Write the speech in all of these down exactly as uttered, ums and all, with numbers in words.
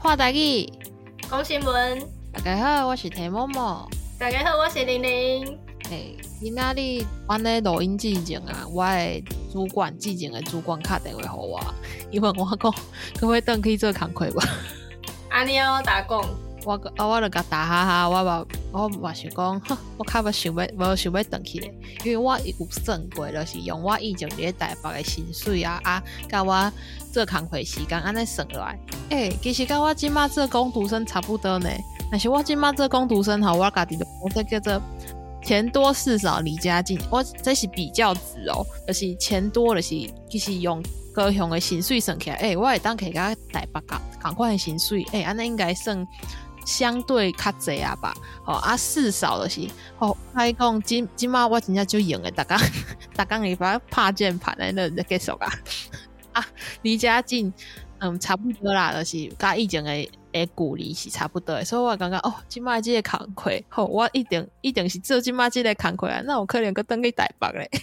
看台语， 讲新闻。 大家好，我是田某某。 大家好，我是玲玲。 诶，今仔日阮咧录音之前啊，我的主管之前的主管打电话给我，伊问我讲，可不可以回去做工课吧？ 安尼哦，打讲。 我啊，我就甲打哈哈，我嘛我嘛想讲，我较要想要，无想要回去咧，因为我有算过，就是用我以前伫台北的薪水啊啊，甲我做工课时间安尼算落来，诶、欸，其实甲我即马做工读生差不多呢。但是我即马做工读生吼，我家己就我这叫做钱多事少离家近，我这是比较值哦，就是钱多就是其实用高雄的薪水算起来，诶、欸，我会当可以甲台北共共款的薪水，诶、欸，安尼应该算。相对较济啊吧，吼、哦、啊事少就是，吼来讲，今今嘛我真正就用诶，大家大家会把拍键盘诶，那就结束啊。啊，离家近，嗯，差不多啦，就是甲以前诶诶距离是差不多的，所以我感觉哦，今嘛这个工课，吼，我一定一定是做今嘛这个工课啊，那我可能搁转去台北咧。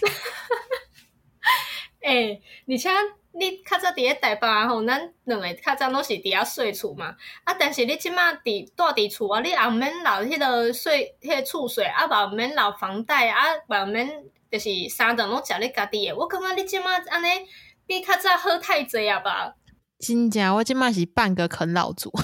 诶、欸，而且你较早伫咧台北啊吼，咱两个较早拢是伫遐睡厝嘛，啊，但是你即马伫住伫厝啊，你也毋免留迄个税，迄、那个厝税，啊，嘛毋免留房贷，啊，嘛毋免就是三顿拢食你家己诶。我感觉你即马安尼比较早好太济啊吧？ 真正，我即马是半个啃老族，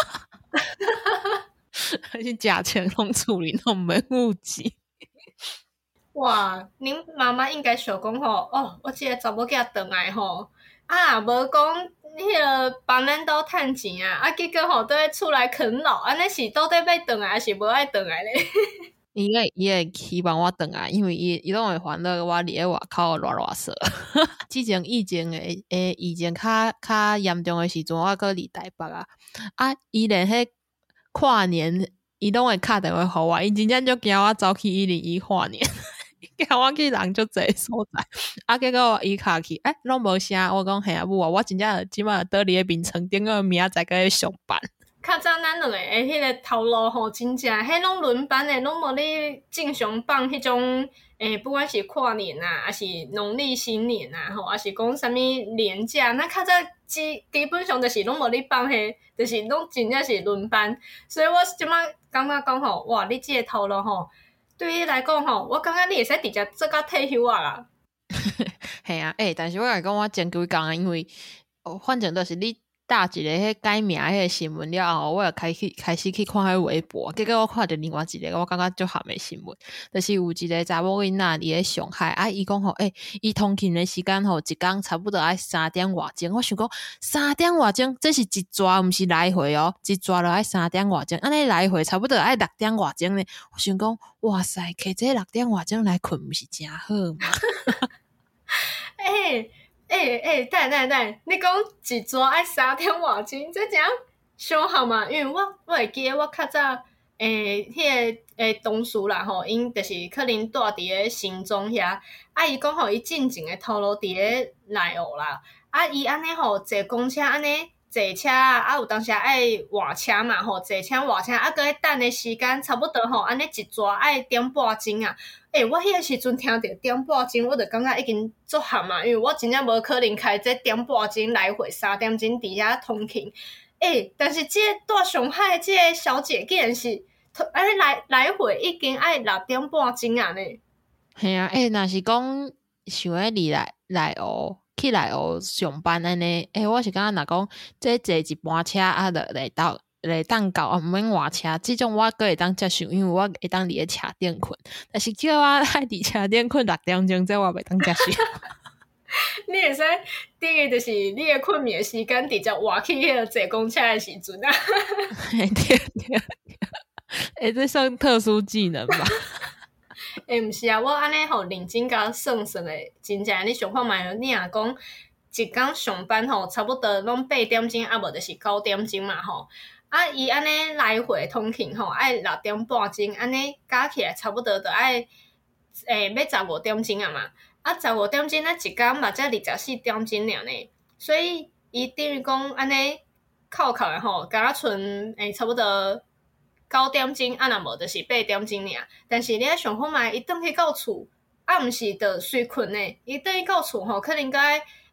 而且价钱拢处理拢免户籍。 哇，恁妈妈应该想讲吼，哦，我即个查某囝转来吼，啊，无讲迄个帮咱兜趁钱啊，啊，结果吼倒咧厝内啃老，安尼是到底要转来还是无爱转来咧？ 伊会伊会希望我转来，因为伊伊拢会烦恼我伫咧外口热热说。之前疫情诶诶，疫情较较严重诶时阵，我搁伫台北啊，啊，伊连迄跨年伊拢会打电话互我，伊真正就惊我走去一零一跨年。惊我去人足侪所在，啊！结果伊卡去，诶、欸，拢无啥。我讲嘿啊，母啊，我真正即马倒伫咧眠床顶个明仔载个上班。 较早咱两个诶，迄个头路吼，真正迄拢轮班诶，拢无咧正常放迄种诶，不管是跨年啊，还是农历新年啊，吼，还是讲啥物年假，那较早基基本上就是拢无咧放迄，就是拢真正是轮班。所以我即马感觉讲吼，哇，你即个头路吼。对你来讲吼，我感觉你会使直接做到退休啊啦。 系啊，诶、欸，但是我来讲，我前几工啊，因为、哦、反正就是你打一个迄改名迄个新闻了后，我又开始开始去看迄微博，结果我看到另外一个我感觉足含的新闻，就是有一个查某囡仔伫咧上海啊，伊讲吼，诶、欸，伊通勤的时间吼，一工差不多爱三点外钟，我想讲三点外钟，这是一抓，毋是来回哦，一抓就爱三点外钟，安尼来回差不多爱六点外钟呢。我想讲，哇塞，摕这六点外钟来困，毋是真好吗？ 诶诶诶，等等等，你讲一抓爱三点外钟，这怎样伤好嘛？因为我我会记得我较早诶，迄、那个诶同事啦吼，因就是可能住伫咧新庄遐，啊伊讲吼，伊进前诶头路伫咧内湖啦，啊伊安尼吼坐公车安尼坐车啊，有当时爱换车嘛吼，坐车换车啊，搁咧等诶时间差不多吼，安尼一抓爱点半钟啊。诶、欸，我迄个时阵听到点半钟，我就感觉已经足寒嘛，因为我真正无可能开这点半钟来回三点钟伫遐通勤。诶、欸，但是这个住上海这个小姐竟然是安尼来来回已经爱六点半钟啊呢。 系啊，诶、欸，若是讲想要离来内湖去内湖上班安尼，诶、欸，我是感觉若讲这坐一班车啊，就来到。来当到啊，毋免换车，即种我阁会当接受，因为我会当伫咧车顶困。但是叫我爱伫车顶困六点钟，这我袂当接受。 你会使第一就是你的困眠时间直接换去迄个坐公车的时阵啊。 对对对，诶、欸，这算特殊技能吧？ 诶、欸，毋是啊，我安尼吼认真甲算算诶，真正你想看觅，你若讲一工上班吼，差不多拢八点钟，啊无就是九点钟嘛吼。啊，伊安尼来回通勤吼，爱六点半钟，安尼加起来差不多就爱诶要十五点钟啊嘛。啊，十五点钟咱一工嘛才二十四点钟尔呢，所以伊等于讲安尼扣扣诶吼，敢若剩诶差不多九点钟，啊若无就是八点钟尔。但是你爱想看觅，伊转去到厝，啊毋是就随困呢，伊转去到厝吼，可能该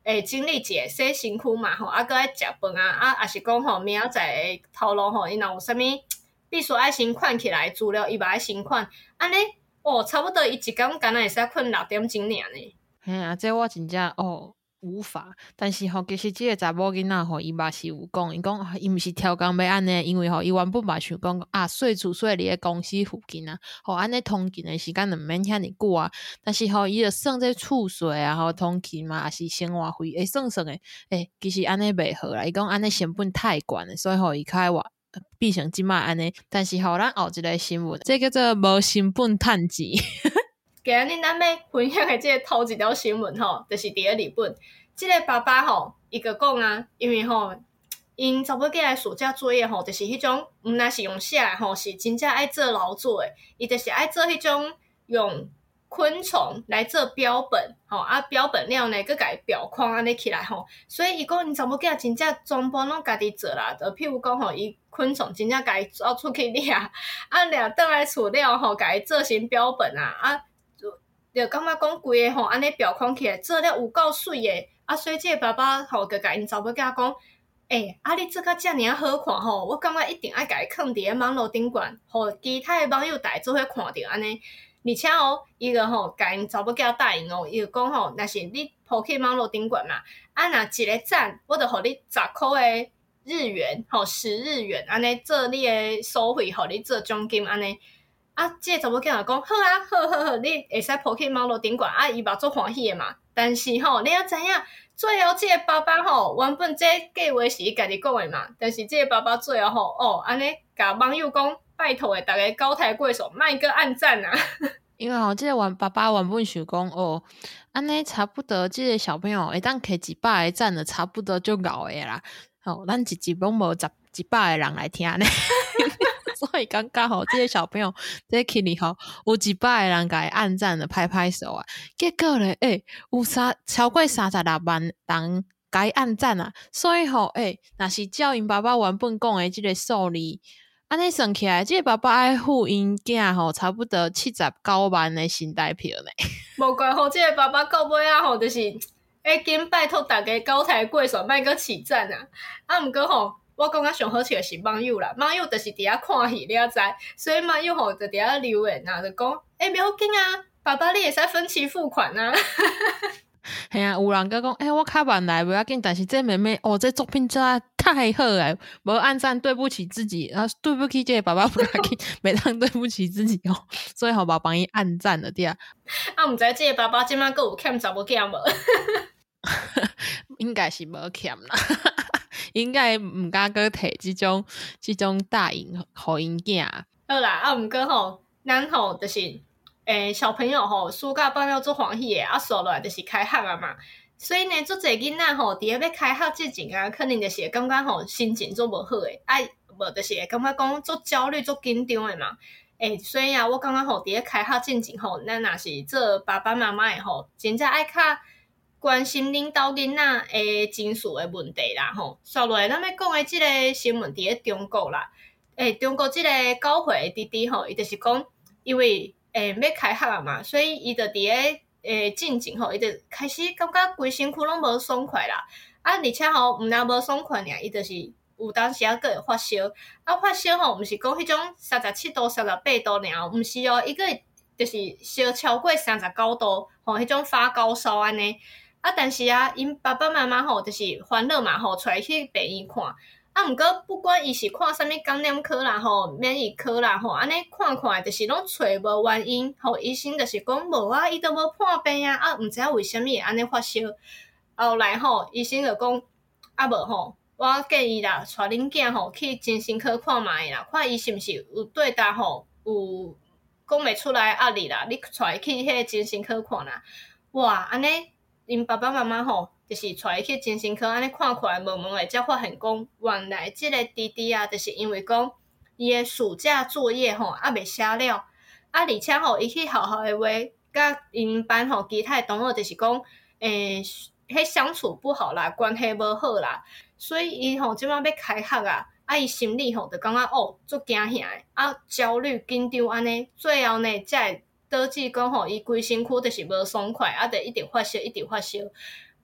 会经历一个洗身躯嘛吼，啊，搁爱食饭啊，啊，也是讲吼明仔载头路吼，伊若有啥物必须爱先款起来资料，伊嘛爱先款，安尼哦，差不多伊一工敢若会使困六点钟尔呢。 嘿啊，这我真正哦无法，但是吼，其实即个查某囡仔吼，伊嘛是有讲，伊讲啊伊毋是挑工要安尼，因为吼伊原本嘛想讲啊，睡厝睡伫咧公司附近啊，吼安尼通勤的时间就毋免遐尼久啊。但是吼，伊就算这厝税啊，吼通勤嘛，也是生活费会算算诶，诶，其实安尼袂好啦。伊讲安尼成本太悬了，所以吼伊开话。变成即摆安尼，但是吼，咱后一个新闻，这叫做无成本趁钱。 今日咱要分享的即个头一条新闻吼，就是伫咧日本，即、这个爸爸吼，伊就讲啊，因为吼，因查某囝的暑假作业吼，就是迄种毋若是用写的吼，是真正爱做劳作的，伊就是爱做迄种用昆虫来做标本，吼啊标本了呢，佮甲伊裱框安尼起来吼，所以伊讲因查某囝真正全部拢家己做啦，就譬如讲吼，伊昆虫真正家己走出去掠，啊掠倒来厝了吼，甲伊做成标本啊，啊就感觉讲规个吼安尼裱框起来做了有够水的，啊所以即个爸爸吼就甲因查某囝讲，诶、欸，啊你做甲遮尔啊好看吼，我感觉一定爱甲伊放伫咧网络顶悬，互其他的网友大家做伙看着安尼。而且哦，伊个吼，甲因查某囝答应哦，伊就讲吼，若是你抛去网络顶悬嘛，啊，若一个赞，我就互你十箍的日元，吼，十日元，安尼做你的收费，互你做奖金，安尼。啊，即个查某囝就讲，好啊，好好好，你会使抛去网络顶悬，啊，伊嘛足欢喜的嘛。但是吼，你要知影，最后即个爸爸吼，原本这计划是伊家己讲的嘛，但是即个爸爸最后吼，哦，安尼甲网友讲。拜托诶，大家高抬贵手，卖个按赞啊！ 因为吼，即、這个原爸爸原本想讲哦，安尼差不多，即个小朋友会当摕一百个赞的，差不多就够诶啦。吼、哦，咱一集拢无十一百个人来听呢，所以感觉吼，即、這个小朋友这起哩吼，有一百个人甲伊按赞的，拍拍手啊。结果咧，诶、欸，有三超过三十六万人甲伊按赞啊。所以吼，诶、欸，若是照因爸爸原本讲诶即个数字。安尼算起来，即、這個爸爸爱付因囝吼，差不多七十九万的新台票呢。 无怪吼，即、這個爸爸到尾啊吼，就是会紧拜托大家高抬贵手，莫阁起赞啊！啊，毋过吼，我感觉上好笑的是网友啦，网友就是伫遐看戏了知，所以网友吼就伫遐留言啊，就讲，诶、欸，袂要紧啊，爸爸你会使分期付款啊。 系啊，有人甲讲，诶、欸，我较慢来不要紧，但是这妹妹哦，这作品真的太好了，无按赞对不起自己，啊，对不起这个爸爸不要紧，每当对不起自己哦，所以好吧，帮伊按赞了对啊。 啊，毋知这个爸爸即摆阁有欠查某囝无？ 应该是无欠啦，应该毋敢阁摕即种即种答应互因囝。 好啦，啊，毋过吼，咱吼就是。诶，小朋友吼，暑假放了做欢喜诶，啊，刷落来就是开学啊嘛。所以呢，做侪囡仔吼，伫咧要开学之前啊，可能就是会感觉吼心情做无好诶，啊，无就是会感觉讲做焦虑、做紧张诶嘛。诶，所以啊，我感觉吼，伫咧开学之前吼，咱若是做爸爸妈妈诶吼，真正爱较关心恁兜囡仔诶情绪诶问题啦吼。刷落来，咱要讲诶即个新闻伫咧中国啦。诶，中国即个九岁诶弟弟吼，伊就是讲，因为诶，要开学啊嘛，所以伊就伫咧诶进前吼，伊就开始感觉规身躯拢无爽快啦。啊，而且吼，毋但无爽快尔，伊就是有当时啊，佫会发烧。啊，发烧吼，毋是讲迄种三十七度、三十八度尔，毋是哦，伊佫就是烧超过三十九度，吼，迄种发高烧安尼。啊，但是啊，因爸爸妈妈吼，就是烦恼嘛，吼，带去病院看。啊，毋过不管伊是看啥物感染科啦，吼，免疫科啦，吼，安尼看看就是拢找无原因，吼，医生就是讲无啊，伊都无破病啊，啊，毋知影为虾米会安尼发烧。后来吼，医生就讲，啊无吼，我建议啦，带恁囝吼去精神科看卖啦，看伊是毋是有对答吼，有讲袂出来压力啦，你带去迄个精神科看啦。哇，安尼因爸爸妈妈吼。就是带伊去精神科安尼看看，问问诶，才发现讲，原来即个弟弟啊，就是因为讲伊诶暑假作业吼还未写了，啊，而且吼伊去学校诶话，甲因班吼其他诶同学就是讲，诶，迄相处不好啦，关系无好啦，所以伊吼即摆要开学啊，啊，伊心里吼就感觉哦，足惊吓诶，啊，焦虑紧张安尼，最后呢才会导致讲吼伊规身躯就是无爽快，啊，就一直发烧，一直发烧。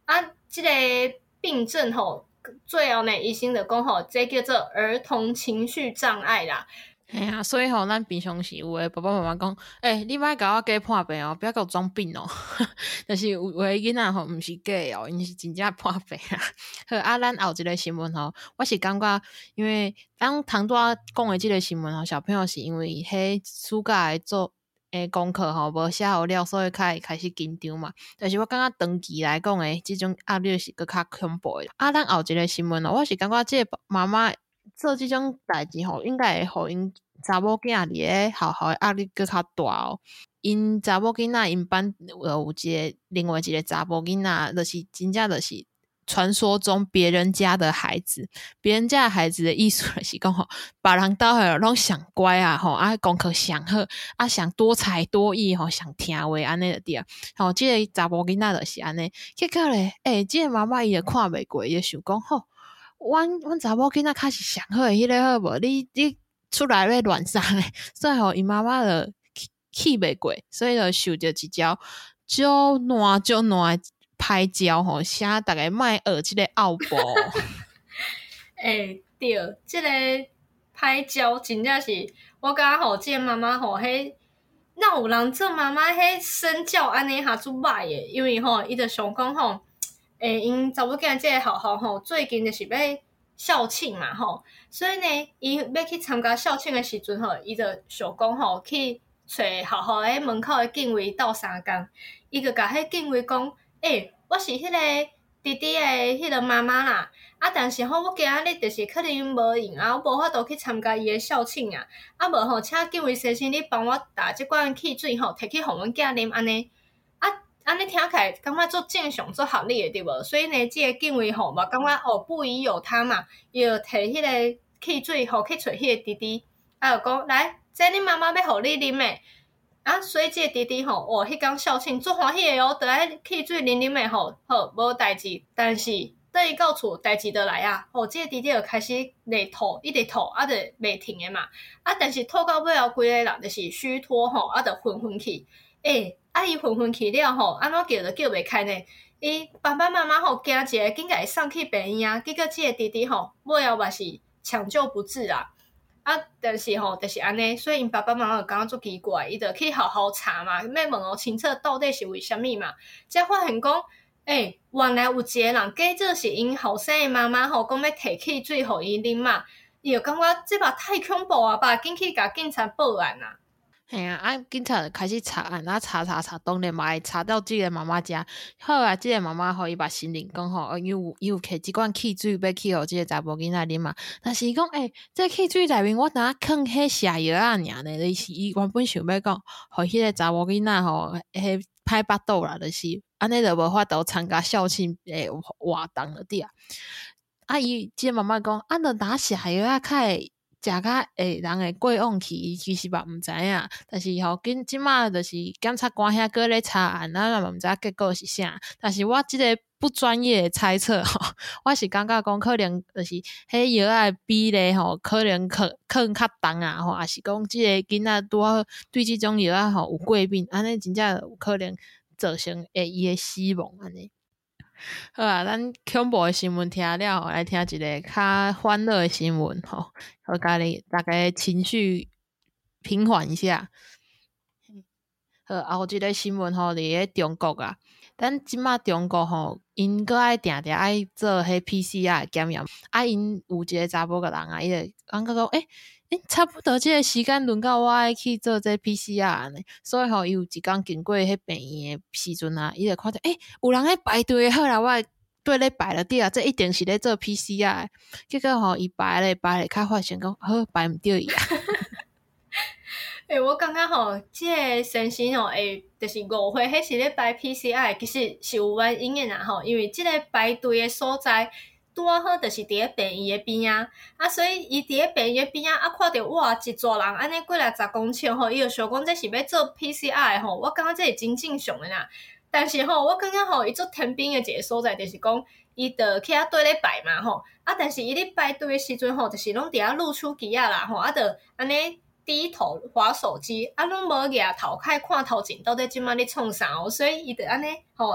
啊，即、这个病症吼，最后呢，医生就讲吼，这叫做儿童情绪障碍啦。 嘿啊，所以吼，咱平常时有诶爸爸妈妈讲，诶、欸，你莫甲我假破病哦，不要甲我装病哦。但是有诶囡仔吼，毋是假哦，因是真正破病啊。好啊，咱后一个新闻吼，我是感觉，因为当唐拄仔讲诶即个新闻吼，小朋友是因为迄暑假诶做诶功课吼无写好了，所以开始开始紧张嘛。但是我感觉长期来讲诶，即种压力是搁较恐怖诶。啊，咱后一个新闻哦，我是感觉即个妈妈做即种代志吼，应该会互因查某囝伫咧学校诶压力搁较大哦。因查某囡仔因班有一个另外一个查某囡仔，就是真正就是传说中别人家的孩子，别人家的孩子的意思就是讲吼，别人兜诶拢上乖啊吼，啊功课上好，啊上多才多艺吼，上听话安尼就对啊。吼，即、这个查某囡仔就是安尼，结果咧，诶、欸，即、这个妈妈伊就看袂过，伊就想讲吼，阮阮查某囡仔较是上好诶，迄个好无？你你出来要乱啥诶？所以吼，伊妈妈就气袂过，所以就受着一招足烂足烂歹招吼，请逐个莫学即个奥步。 诶，对，即、这个歹招真正是，我感觉吼，即、这个妈妈吼，迄哪有人做妈妈迄身教安尼下足歹诶，因为吼，伊就想讲吼，诶，因查某囝即个学校吼，最近就是要校庆嘛吼，所以呢，伊要去参加校庆诶时阵吼，伊就想讲吼，去找学校诶门口诶警卫斗相共，伊就甲迄警卫讲，诶，我是迄个弟弟诶迄个妈妈啦。啊，但是吼，我今仔日就是可能无闲啊，我无法度去参加伊诶校庆啊。啊，无吼，请警卫先生，你帮我打即罐汽水吼，摕去互阮囝啉安尼。啊，安尼听起来感觉做正常、做合理诶，对无？所以呢，即、这个警卫吼，嘛感觉哦，不疑有他嘛，伊就摕迄个汽水吼去找迄个弟弟，啊，就讲来，这恁妈妈要互你啉诶。啊，所以即个弟弟吼，哦，迄天校庆足欢喜诶哦，得来汽水啉啉诶吼，好无代志，但是。等伊到厝，代志就来啊！吼、哦，即、这个弟弟就开始咧吐，一直吐，啊，就袂停诶嘛。啊，但是吐到尾后，规个人就是虚脱吼，啊，就昏昏去。诶、欸，啊，伊昏昏去了吼，安怎叫都叫袂开呢？伊爸爸妈妈吼惊一个，紧甲伊送去病院啊。结果即个弟弟吼，尾后嘛是抢救不治啊。啊，但是吼，就是安尼，所以因爸爸妈妈就感觉足奇怪，伊就去好好查嘛，要问哦清楚到底是为虾米嘛，才发现讲。诶、欸，原来有一个人假做是因后生的妈妈吼，讲要摕汽水互伊啉嘛，伊就感觉这把太恐怖啊吧，紧去甲警察报案啊。 嘿啊，啊，警察就开始查案，啊查查查，当然嘛会查到即个妈妈家。好啊，即、这个妈妈互伊把心灵讲吼，伊有伊有摕即罐汽水要去互即个查甫囡仔啉嘛。但是伊讲，诶、欸，这汽水内面我哪囥迄瀉药啊尔呢？就是伊原本想要讲，互迄个查某囡仔吼，迄歹巴肚啦，就是安尼就无法度参加校庆诶活动了滴啊。啊，伊即个妈妈讲，啊，著打瀉药啊，较会。食甲会人会过往去，伊其实嘛毋知影，但是吼今即马就是检察官遐搁咧查案，咱嘛毋知结果是啥。但是我即个不专业的猜测吼，我是感觉讲可能就是迄药啊比例吼，可能可可能较重啊吼，也是讲即个囡仔拄好对即种药啊吼有过敏，安尼真正有可能造成诶伊诶死亡安尼。好啊，咱恐怖的新闻听了，来听一个较欢乐的新闻吼，好甲你大概情绪平缓一下。好，后一个新闻吼，伫咧中国啊，咱即马中国吼，因搁爱定定爱做迄 P C R 检验，啊，因有一个查某个人啊，伊就讲讲诶。诶、欸，差不多即个时间轮到我爱去做这 P C R 呢，所以吼，伊有一工经过迄病院的时阵啊，伊就看到诶、欸，有人咧排队，好啦，我对咧排了对啊，这一定是咧做 P C R， 结果吼，伊排咧排咧，较发现讲好排毋对伊啊。 诶、欸，我感觉吼，即、这个先生吼，诶，就是误会，迄是咧排 P C R， 其实是有原因诶啦吼，因为即个排队诶所在。拄好就是伫咧病院诶边啊，啊，所以伊伫咧病院边啊，啊，看到哇一撮人安尼过来十公尺吼，伊就想讲这是要做 P C R 诶吼，我感觉这是真正常诶啦。但是吼，我感觉吼，伊做天兵诶一个所在，就是讲伊着去遐对咧排嘛吼，啊，但是伊咧排队诶时阵吼，就是拢伫遐露出机啊啦吼，啊，着安尼低头滑手机，啊，拢无举头开看头前到底即摆咧创啥哦，所以伊着安尼吼。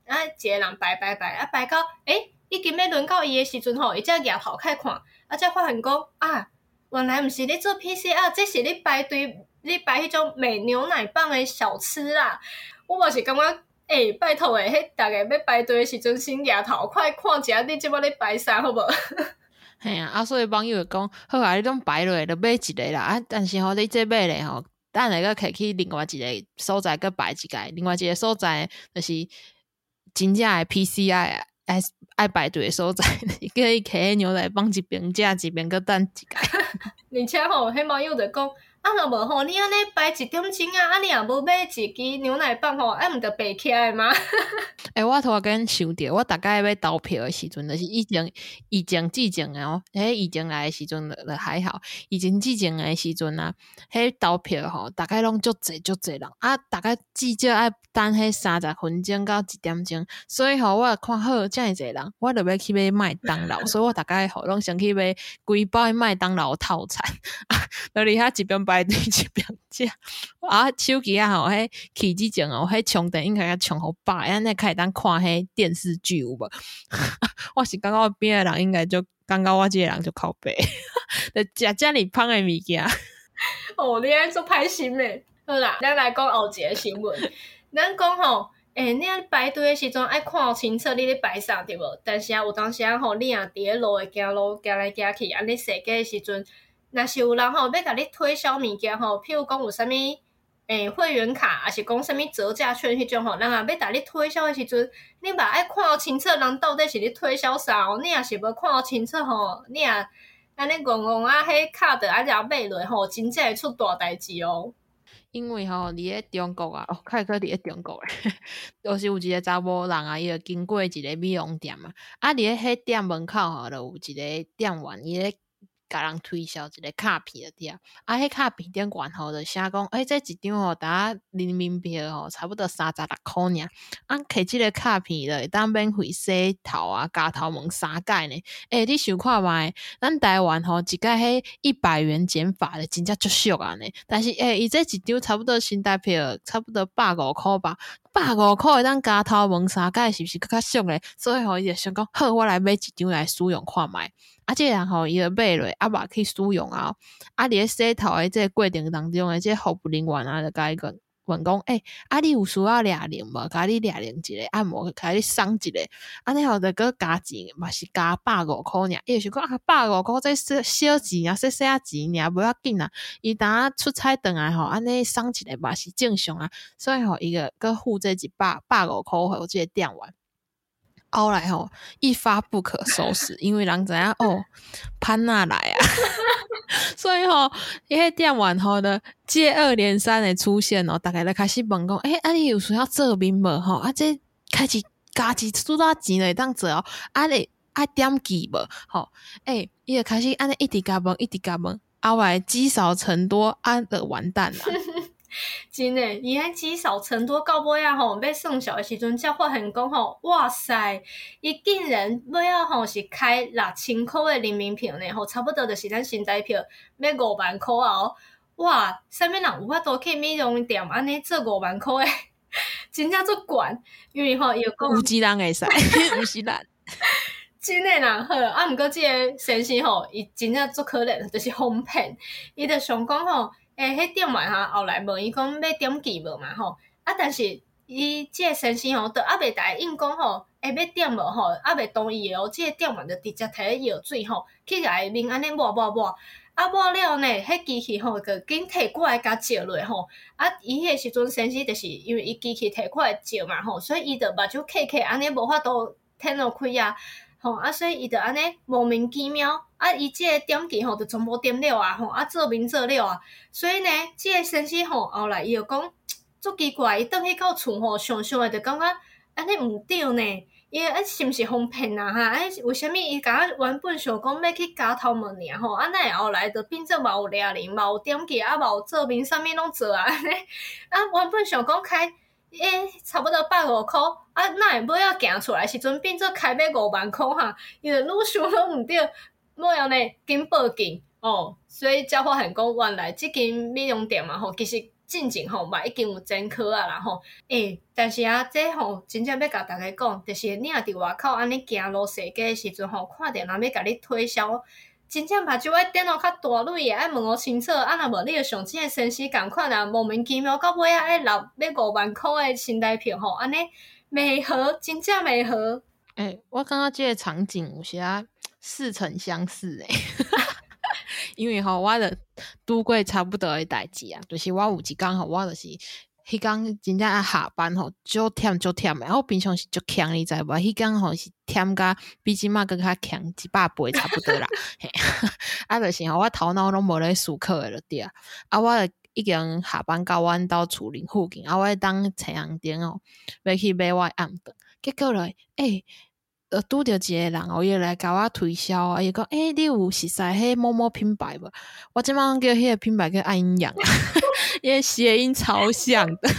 啊，一个人排排排啊排到诶，已经要轮到伊诶时阵吼，伊才举头开看，啊才发现讲啊，原来毋是咧做 P C R， 这是咧排队咧排迄种美牛奶棒诶小吃啦。我嘛是感觉诶、欸，拜托诶，迄逐个要排队诶时阵先举头快看一下，你即摆咧排啥好无？ 嘿啊，啊，所以网友会讲，好啊，你拢排落就买一个啦，啊，但是吼，你这买咧吼，等下个摕去另外一个所在个排一个，另外一个所在就是真正诶 P C I 爱爱排队诶所在，叫伊摕牛奶放一边食，一边个等一个。 而且吼，迄网友就讲。啊，若无吼，你安尼排一点钟啊，啊，你若无买一支牛奶棒吼，啊，毋着白起来吗？ 诶、欸，我突然间想着，我大概要投票诶时阵，就是以前以前之前诶哦，迄疫情来诶时阵就还好，以前之前诶时阵啊，迄投票吼，大概拢足济足济人啊，大概至少爱等迄三十分钟到一点钟，所以吼，我看好遮尔济人，我着要去买麦当劳，所以我大概吼拢先去买规包诶麦当劳套餐，啊，就伫遐一边排队一边食，啊，手机啊吼，迄起之前哦，迄充电应该要充好饱，安尼开当看迄电视剧有无？我是感觉我边诶人应该就感觉我即个人就靠背，就食遮尔芳诶物件。 哦，你安做歹心诶。好啦，咱来讲后一个新闻。咱讲吼，诶、欸，你啊排队诶时阵爱看清楚你咧排啥对无？但是啊，有当时啊吼，你若伫咧路诶行路行来行去，安尼踅街诶时阵，若是有人吼要甲你推销物件吼，譬如讲有啥物诶会员卡，还是讲啥物折价券迄种吼，人啊要甲你推销诶时阵，你嘛爱看清楚人到底是咧推销啥哦。你若是无看清楚吼，你若安尼戆戆啊，迄卡着啊，只买落吼，真正会出大代志哦。 因为吼，伫咧中国啊，哦，开个伫咧中国诶，就是有一个查某人啊，伊就经过一个美容店嘛，啊，伫咧迄店门口吼，就有一个店员伊咧甲人推销一个卡片伫遐，啊，迄卡片顶悬吼就写讲，诶、欸，这一张吼，打人民币吼，差不多三十六箍尔，啊，摕即个卡片就会当免费洗头啊、加头毛三届呢。诶、欸，你想看觅？咱台湾吼，一届迄一百元减法的，真正足俗啊呢。但是诶，伊、欸、这一张差不多新台币差不多百五箍吧。百五箍会当加头毛三届，是不是更较俗咧？所以吼，伊就想讲，好，我来买一张来使用看觅。啊，即个人吼，伊就买落，啊，嘛去使用啊。啊，伫咧洗头诶，即个过程当中诶，即个服务人员啊，就甲伊讲问讲，诶、欸，啊，你有需要掠零无？甲你掠零一个按摩，甲你送一个。安尼后就搁加钱，嘛是加百五箍尔。伊就想讲啊，百五箍这小小钱啊，小小钱尔，无要紧啊。伊当出差回来吼，安尼送一个嘛是正常啊。所以吼，伊个搁付这一百百五箍互即个店员。后来吼一发不可收拾，因为人知影哦潘娜来啊，所以吼迄个店员吼的接二连三的出现哦，大家就开始问讲，诶、欸，啊你有需要做面无吼？啊这开始加钱出大钱了，当做哦，啊你爱点记无？吼，诶，伊就开始安尼一直甲问，一直甲问，后来积少成多，啊就完蛋啦。 真诶，伊迄积少成多到尾啊吼，要算小诶时阵，才发现讲吼，哇塞，伊竟然尾啊吼是开六千箍诶人民币呢，吼，差不多就是咱新台币要五万箍啊哦，哇，啥物人有法度去美容店安尼做五万箍诶，真正足悬，因为吼伊有讲有钱人会使，毋是咱。 真诶啦，好啊，毋过即个先生吼，伊真正足可怜，就是哄骗，伊就想讲吼。诶，迄店员哈后来问伊讲要点记无嘛吼，啊，但是伊即个先生吼，都还袂答应讲吼，会要点无吼，还袂同意哦。即个店员就直接摕咧药水吼，去甲伊面安尼抹抹抹，啊抹了呢，迄机器吼就紧摕过来甲照落吼。啊，伊迄个时阵先生就是因为伊机器摕过来照嘛吼，所以伊就目睭磕磕安尼无法度听落开啊。吼啊，所以伊就安尼莫名其妙，啊，伊即个点击吼就全部点了啊，吼啊做面做了啊，所以呢，即个先生吼后来伊就讲足奇怪，伊倒去到厝吼想想诶，就感觉安尼毋对呢，伊啊是毋是哄骗啊哈？啊为虾米伊甲我原本想讲要去加头毛尔吼，啊那后来就变做嘛有掠零，嘛有点击啊，嘛有做面，啥物拢做啊，安尼啊原本想讲开。诶、欸，差不多百五箍，啊，那会尾要行出来时阵，变做开买五万箍哈，伊就愈想愈毋对，尾后呢，紧报警哦，所以才发现讲原来即间美容店嘛吼，其实进前吼嘛已经有前科啊啦吼，诶，但是啊，这吼真正要甲大家讲，就是你若伫外口安尼行路踅街的时阵吼，看到人要甲你推销。真正目睭爱点哦较大蕊的，爱问我清楚，啊若无你就上真诶生死共款啊，莫名其妙到尾啊爱留要五万箍诶身代票吼，安尼袂合，真正袂合。 诶、欸，我感觉这个场景有些似曾相识诶，因为吼我的拄过差不多的代志啊，就是我有一天吼，我就是迄天真正下班吼，足忝足忝诶，我平常是足强，你知无？迄天吼是忝甲比即马更较强一百倍差不多啦。嘿，啊，就是吼我头脑拢无咧思考诶，就对啊。啊，我已经下班到阮兜厝邻附近，啊，我当车行顶哦，要去买我暗顿，结果咧，诶、欸。呃，拄着一个人哦，伊来甲我推销啊，伊讲，诶、欸，你有熟悉迄某某品牌无？我即摆叫迄个品牌叫爱阴阳，因为谐音超像的。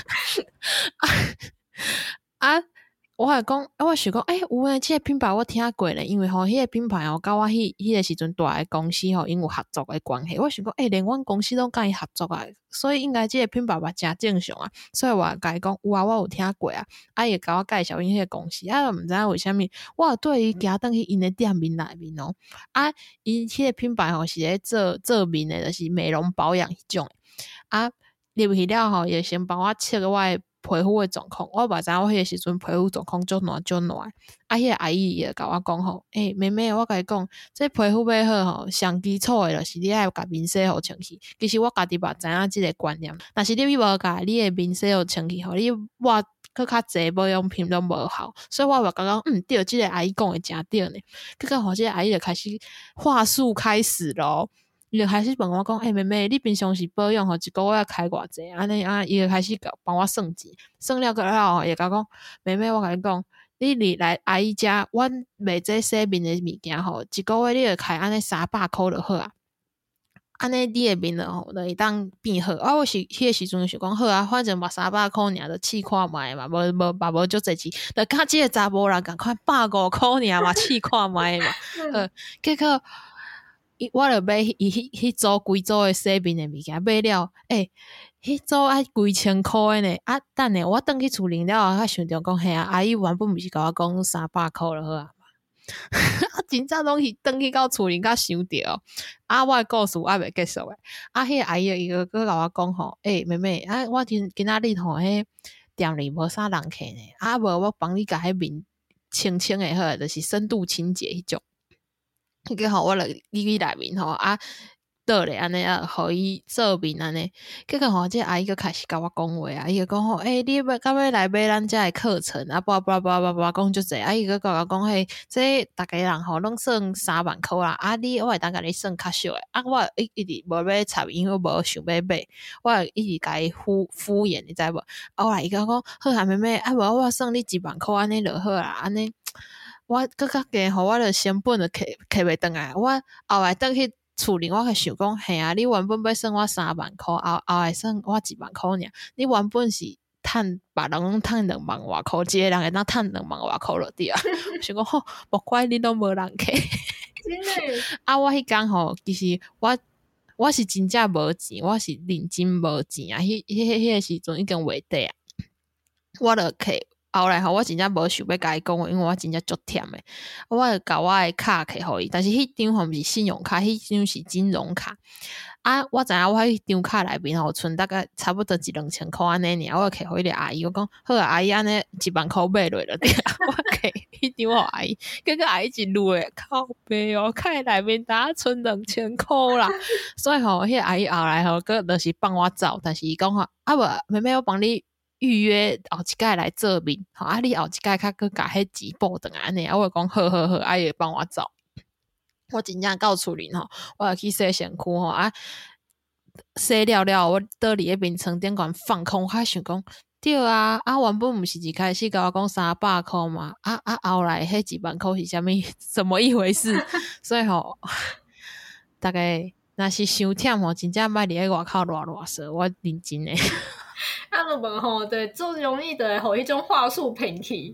啊，啊我还讲，我想讲，诶、欸，有诶，即、這個品牌我聽過咧，因為吼，迄、那個品牌吼，甲我迄迄個時陣大個公司吼，因有合作誒關係，我想講，誒、欸，連阮公司攏甲伊合作啊，所以應該即個品牌嘛誠正常啊，所以我甲伊講，有啊，我有聽過啊，啊伊甲我介紹因迄個公司，啊，毋知影為蝦米，我對伊行轉去因誒店面內面哦，啊，伊迄個品牌吼是咧做做面誒，就是美容保養迄種，啊，入去了吼，伊先幫我切我誒。皮膚的狀況，我唔知我迄個時陣皮膚狀況足爛足爛，啊，迄個阿姨也甲我講吼，誒、欸，妹妹，我甲你講，這皮膚要好吼，上基礎的就是你愛甲面洗好清氣。其實我家己嘛知影即個觀念，但是你無甲你的面洗好清氣吼，你我佫較濟保養品都無好，所以我就感覺嗯對，即、這個阿姨講的誠對呢。結果吼，即個阿姨就開始話術開始咯。伊就開始問我講，誒、欸、妹妹，你平常時保養吼一個月開偌濟？安尼啊，伊就開始幫我算錢，算了過後，伊甲講，妹妹，我甲你講，你嚟來阿姨家，阮賣這洗面的物件吼，一個月你就開安尼三百箍就好啊。安尼你的面吼，就會當變好。啊，我是迄、那個時陣想講好啊，反正嘛三百箍爾，就試看賣嘛，無無嘛無足濟錢，就甲即個查某人共款百五箍爾嘛，試看賣嘛。呃，結果。我就買伊迄迄組規組的洗面的物件，買了，誒，迄組愛幾千箍的呢。啊，等下我轉去厝裡了後，我想着講，嘿啊，阿姨原本毋是甲我講三百箍就好啊。啊，真正攏是轉去到厝裡甲想着，啊，我的故事還未結束誒。啊，迄個阿姨伊個佮我講吼，誒、欸，妹妹，啊，我今今仔日吼，迄店裡無啥人客呢，啊，無我幫你甲迄面清清誒好，就是深度清潔迄種。迄個吼，我就入去內面吼啊，倒咧安尼啊，互伊做面安尼。結果吼，即阿姨個開始甲我講話啊，伊個講吼，誒、欸，你要到尾來買咱遮誒課程啊，叭叭叭叭叭講足濟。啊，伊個甲我講，嘿，即逐個人吼攏算三萬箍啦。啊，你我會當甲你算較俗誒。啊，我一一直無要插，因為我無想要買，我一直甲伊敷敷衍，你知無？啊，後來伊個講，好啊，妹妹，啊無我算你一萬箍安尼就好啦，安尼。我更較加吼，我著成本著摕摕袂轉來。我後來轉去厝裡，我會想講，嘿啊，你原本要算我三萬箍，後後來算我一萬箍爾。你原本是趁別人攏趁兩萬外箍，一個人會當趁兩萬外箍落地啊。想講吼，無怪你都無人客。 真的啊，我迄天吼，其實我我是真正無錢，我是認真無錢啊。迄迄迄個時陣已經月底啊，我著客。後來吼，我真正無想要甲伊講，因為我真正足忝誒，我就甲我誒卡摕互伊，但是迄張吼毋是信用卡，迄張是金融卡。啊，我知影我迄張卡內面吼存大概差不多一兩千箍安尼爾，我摕互迄個阿姨，我講好啊，阿姨安尼一萬箍買落了對啊，我摕迄張互阿姨，結果阿姨一路誒靠背哦，卡內面呾存兩千箍啦，所以吼，迄個阿姨後來吼，佮就是幫我走，但是伊講吼，啊無妹妹我幫你。預約後一屆來做面，吼啊！你後一屆較佮甲迄錢補轉來安尼，啊我講好好好，啊伊會幫我走。我真正到厝裡吼，我去洗身軀吼啊，洗了了，我倒佇迄面床頂懸放空，我想講對啊，啊原本毋是一開始甲我講三百箍嘛，啊啊後來迄一萬箍是啥物？怎麼一回事？所以吼，大概若是傷忝吼，真正莫佇咧外口亂亂說，我認真誒。 啊，就問吼，對，最容易的互迄種話術騙去。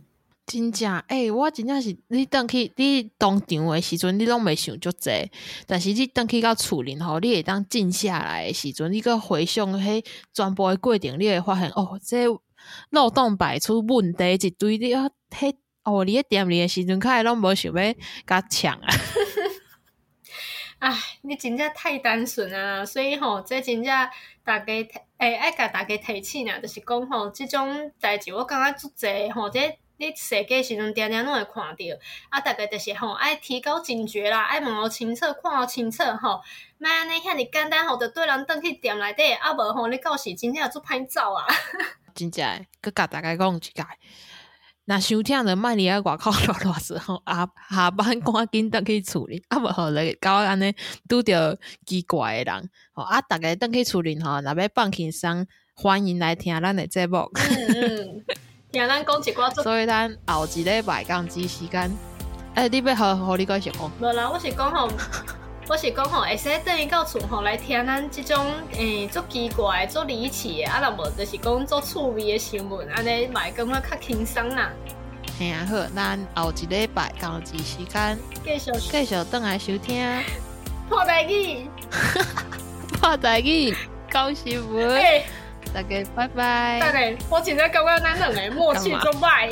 真正诶、欸，我真正是你回去你当场诶时阵，你拢袂想足济，但是你回去到厝里吼，你会当静下来诶时阵，你搁回想迄全部诶过程，你会发现哦，这漏洞百出，问题一堆，你啊，迄哦，你迄店里诶时阵，开拢无想要甲抢啊。 唉，你真正太单纯啊！所以吼，这真正大家诶爱甲大家提醒啊，就是讲吼，即种代志我感觉足济吼，这你设计时阵定定拢会看到，啊，大家就是吼爱提高警觉啦，爱问互清楚，看互清楚吼，莫安尼遐尼简单吼，就对人转去店内底，啊无吼你到时真正足歹走啊！ 真正诶，佮甲大家讲一解。若伤忝着莫伫咧外口落偌时候，啊下班赶紧倒去厝里，啊无互咧到安尼拄着奇怪诶人，吼啊，逐个倒去厝里吼，若要放轻松，欢迎来听咱诶节目。 嗯嗯，听咱讲一寡做， 所以咱后一礼拜讲之时间，诶、欸，你要好好你讲一讲。 无啦，我是讲吼。我是讲吼，会使等伊到厝吼来听咱即种诶足奇怪、足离奇的，啊，若无就是讲足趣味的新闻，安尼嘛会感觉较轻松啦。 嘿啊好，咱后一礼拜同一时间继续继续倒来收听破台语， 破台语讲新闻。 欸、 大家拜拜。 等下，我真正感觉咱两个默契足歹。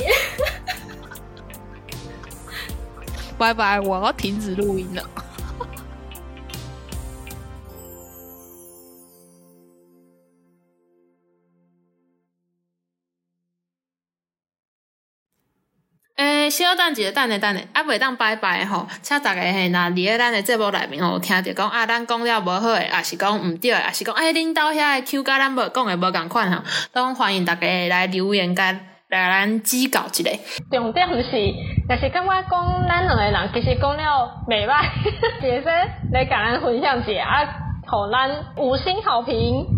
拜拜，我要停止录音了。诶，小等一下，等下等下，啊，袂当拜拜吼，请大家嘿，若伫咧咱诶节目内面吼，听着讲啊，咱讲了无好诶，也是讲毋对诶，也是讲诶，恁兜遐诶 Q 甲咱无讲诶无共款吼，都欢迎大家来留言甲来咱指教一下。 重点是，若是感觉讲咱两个人其实讲了袂歹，会使来甲咱分享一下，啊，互咱五星好评。